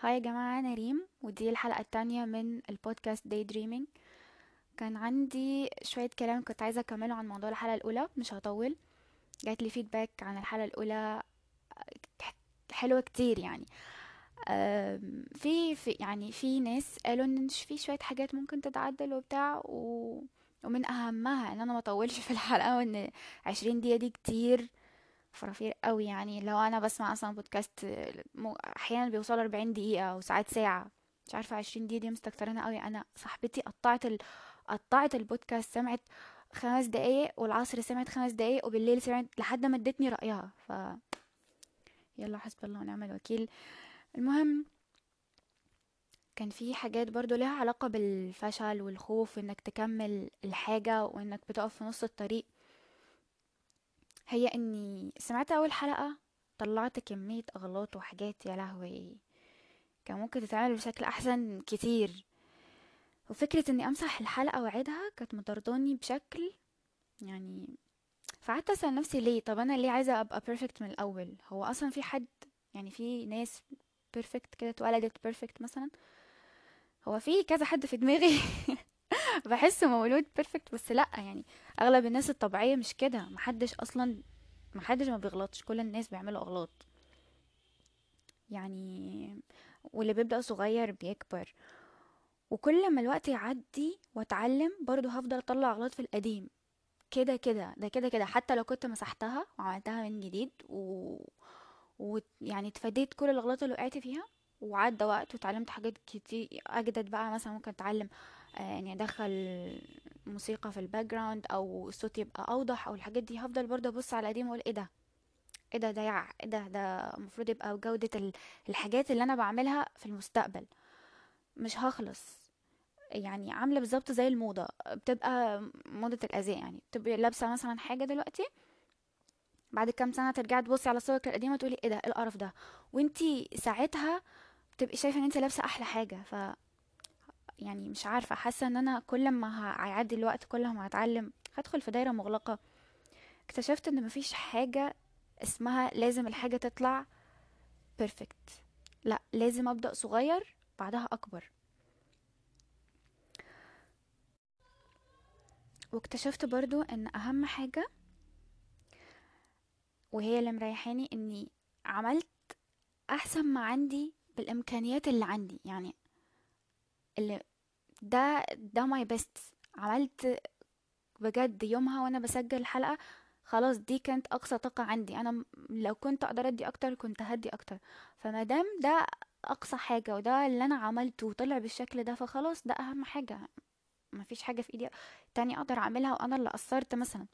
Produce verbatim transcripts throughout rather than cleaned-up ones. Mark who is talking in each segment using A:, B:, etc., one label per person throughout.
A: هاي يا جماعة، أنا ريم ودي الحلقة التانية من البودكاست داي دريمينج. كان عندي شوية كلام كنت عايزة أكمله عن موضوع الحلقة الأولى، مش هطول. جات لي فيدباك عن الحلقة الأولى حلوة كتير يعني. أم، في في يعني في ناس قالوا ان ش- في شوية حاجات ممكن تتعدل وبتاع و... ومن أهمها ان انا ما اطولش في الحلقة، وان عشرين دقيقة دي كتير فرافير قوي. يعني لو انا بسمع اصلا بودكاست مو- احيانا بيوصل أربعين دقيقة وساعات ساعة، مش عارفة عشرين دقيقة دي مستكترنا قوي. انا صاحبتي قطعت ال... قطعت البودكاست، سمعت خمس دقايق، والعصر سمعت خمس دقايق، وبالليل سمعت لحد ما ادتني رأيها. ف يلا حسب الله ونعم الوكيل. المهم، كان في حاجات برضو لها علاقة بالفشل والخوف انك تكمل الحاجة وانك بتقف في نص الطريق. هي اني سمعت اول حلقة، طلعت كمية اغلاط وحاجات يا لهوي كان ممكن تتعمل بشكل احسن كتير. وفكرة اني امسح الحلقة واعيدها كانت مطرداني بشكل يعني. فقعدت اسأل نفسي ليه؟ طب انا ليه عايزة ابقى بيرفكت من الاول؟ هو اصلا في حد، يعني في ناس بيرفكت كده اتولدت بيرفكت مثلا؟ هو في كذا حد في دماغي بحسه مولود بيرفكت، بس لا يعني. اغلب الناس الطبيعية مش كده، محدش اصلا، محدش ما بيغلطش، كل الناس بيعملوا اغلاط يعني. واللي بيبدأ صغير بيكبر، وكل ما الوقت يعدي واتعلم برضو هفضل اطلع اغلاط في القديم. كده كده ده كده كده حتى لو كنت مسحتها وعملتها من جديد و... ويعني اتفاديت كل الاغلاط اللي وقعت فيها، وعدى وقت واتعلمت حاجات كتير اجدد بقى. مثلا ممكن اتعلم آه، يعني ادخل موسيقى في الباك جراوند او الصوت يبقى اوضح، او الحاجات دي هفضل برضه ابص على القديم واقول ايه ده، ايه ده ده يع ايه ده ده المفروض يبقى جودة ال- الحاجات اللي انا بعملها في المستقبل. مش هخلص. يعني عاملة بالظبط زي الموضة، بتبقى موضة الأزياء. يعني بتبقي لابسة مثلا حاجة دلوقتي، بعد كام سنة ترجعي تبصي على صورك القديمة تقولي ايه ده، ايه القرف ده، وانتي ساعتها بتبقي شايفة ان انتي لابسة احلى حاجة. ف يعني مش عارفة، حاسة ان انا كل ما ه- هيعدي الوقت كل ما هتعلم هدخل في دايرة مغلقة. اكتشفت ان مفيش حاجة اسمها لازم الحاجة تطلع بيرفكت. لا، لازم ابدأ صغير بعدها اكبر. واكتشفت برضو ان اهم حاجة، وهي اللي مريحاني، اني عملت احسن ما عندي بالامكانيات اللي عندي. يعني اللي ده ده ماي بيست. عملت بجد يومها وانا بسجل الحلقة، خلاص دي كانت اقصى طاقة عندي. انا م- لو كنت اقدر ادي اكتر كنت هدي اكتر. فما دام ده اقصى حاجة وده اللي انا عملته وطلع بالشكل ده، فخلاص ده اهم حاجة. مفيش حاجة في ايدي تاني اقدر اعملها وانا اللي قصرت مثلا.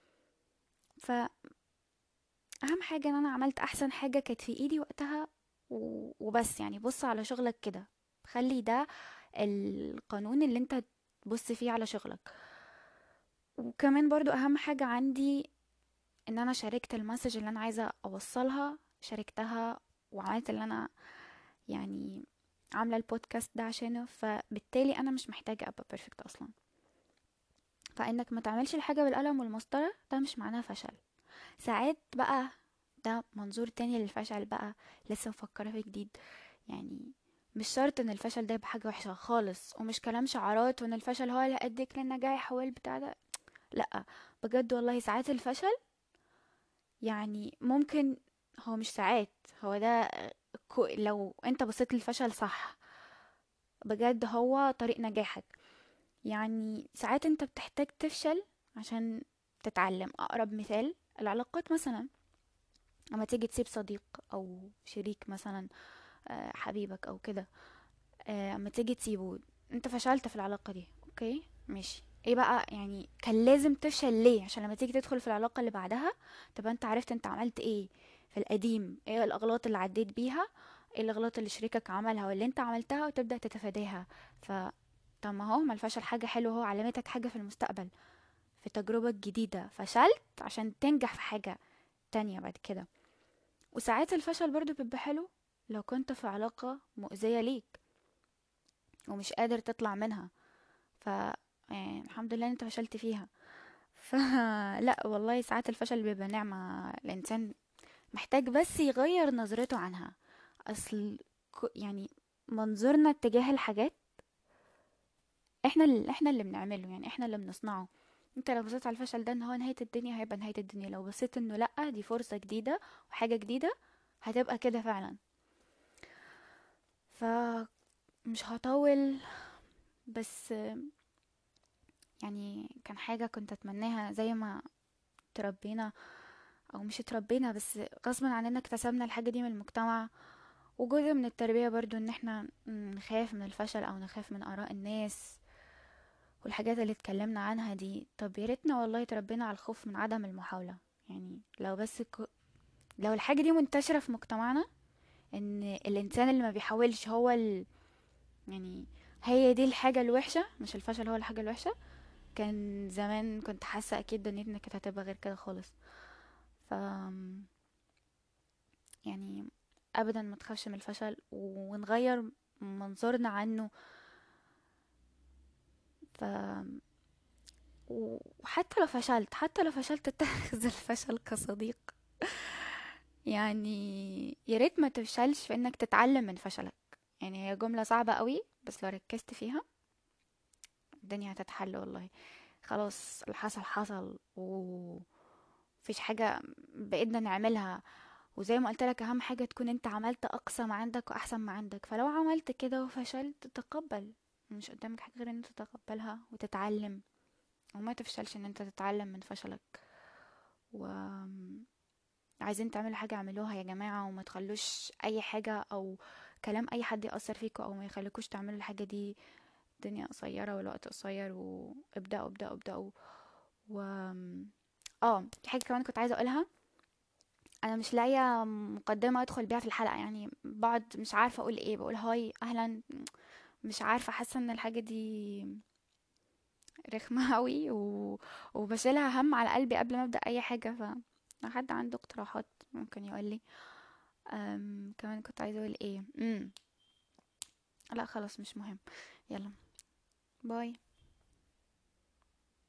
A: فاهم حاجة ان انا عملت احسن حاجة كانت في ايدي وقتها و- وبس. يعني بص على شغلك كده، خلي ده القانون اللي انت تبص فيه على شغلك. وكمان برضو اهم حاجة عندي ان انا شاركت المسج اللي انا عايزة اوصلها، شاركتها وعملت اللي انا يعني عاملة البودكاست ده عشانه. فبالتالي انا مش محتاجة ابقى بيرفكت اصلا. فانك ما تعملش الحاجة بالقلم والمسطرة ده مش معناه فشل. ساعات بقى ده منظور تاني للفشل بقى، لسه مفكرة فيه جديد. يعني مش شرط ان الفشل ده يبقى حاجة وحشة خالص، ومش كلام شعارات وان الفشل هو اللي هيأديك للنجاح والبتاع ده. لا، بجد والله ساعات الفشل يعني ممكن، هو مش ساعات، هو ده كو- لو انت بصيت للفشل صح بجد هو طريق نجاحك. يعني ساعات انت بتحتاج تفشل عشان تتعلم. اقرب مثال العلاقات مثلا، اما تيجي تسيب صديق او شريك مثلا، آه، حبيبك او كده، آه، اما تيجي تسيبه، انت فشلت في العلاقة دي، اوكي ماشي، ايه بقى يعني كان لازم تفشل ليه؟ عشان لما تيجي تدخل في العلاقة اللي بعدها تبقى انت عرفت انت عملت ايه في القديم، ايه الاغلاط اللي عديت بيها، ايه الاغلاط اللي شريكك عملها واللي انت عملتها، وتبدأ تتفاداها. ف طب ما هو ما الفشل حاجة حلوة، هو علمتك حاجة في المستقبل، في تجربة جديدة فشلت عشان تنجح في حاجة تانية بعد كده. وساعات الفشل برضو بيبقى حلو لو كنت في علاقة مؤذية ليك ومش قادر تطلع منها. ف يعني الحمد لله إن انت فشلت فيها. فلا والله ساعات الفشل بيبقى نعمة. الإنسان محتاج بس يغير نظرته عنها. أصل ك- يعني منظورنا اتجاه الحاجات، احنا اللي احنا اللي بنعمله، يعني احنا اللي بنصنعه. انت لو بصيت على الفشل ده ان هو نهاية الدنيا، هيبقى نهاية الدنيا. لو بصيت انه لأ، دي فرصة جديدة وحاجة جديدة، هتبقى كده فعلا. فمش هطول، بس يعني كان حاجة كنت اتمناها زي ما تربينا، او مش اتربينا بس غصبا عننا اكتسبنا الحاجة دي من المجتمع. وجزء من التربية برضو ان احنا نخاف من الفشل او نخاف من اراء الناس والحاجات اللي اتكلمنا عنها دي. طب يا ريتنا والله اتربينا على الخوف من عدم المحاولة. يعني لو بس ك... لو الحاجة دي منتشرة في مجتمعنا، ان الانسان اللي ما بيحاولش هو ال... يعني هي دي الحاجة الوحشة، مش الفشل هو الحاجة الوحشة، كان زمان كنت حاسة اكيد دنيتنا كانت هتبقى غير كده خالص. ف يعني ابدا ما تخافش من الفشل، ونغير منظورنا عنه. ف وحتى لو فشلت، حتى لو فشلت اتخذ الفشل كصديق. يعني يا ريت ما تفشلش في انك تتعلم من فشلك. يعني هي جملة صعبة قوي، بس لو ركزت فيها الدنيا هتتحل والله. خلاص اللي حصل حصل، ومفيش حاجة بقينا نعملها. وزي ما قلت لك، اهم حاجة تكون انت عملت اقصى ما عندك واحسن ما عندك. فلو عملت كده وفشلت، تقبل، مش قدامك حاجة غير ان انت تتقبلها وتتعلم، وما تفشلش ان انت تتعلم من فشلك. و عايزين تعملوا حاجة اعملوها يا جماعة، وما تخلوش اي حاجة او كلام اي حد يأثر فيكم او ما يخليكوش تعملوا الحاجة دي. الدنيا قصيرة والوقت قصير، وابدأوا ابدأوا ابدأوا. و اه في حاجة كمان كنت عايزة اقولها. انا مش لاقيه مقدمه ادخل بيها في الحلقه، يعني بقعد مش عارفه اقول ايه. بقول هاي اهلا، مش عارفه، حاسه ان الحاجه دي رخمه قوي، و... وبشيلها هم على قلبي قبل ما ابدا اي حاجه. ف لو حد عنده اقتراحات ممكن يقول لي. أم... كمان كنت عايزه اقول ايه. امم لا خلاص مش مهم. يلا، باي.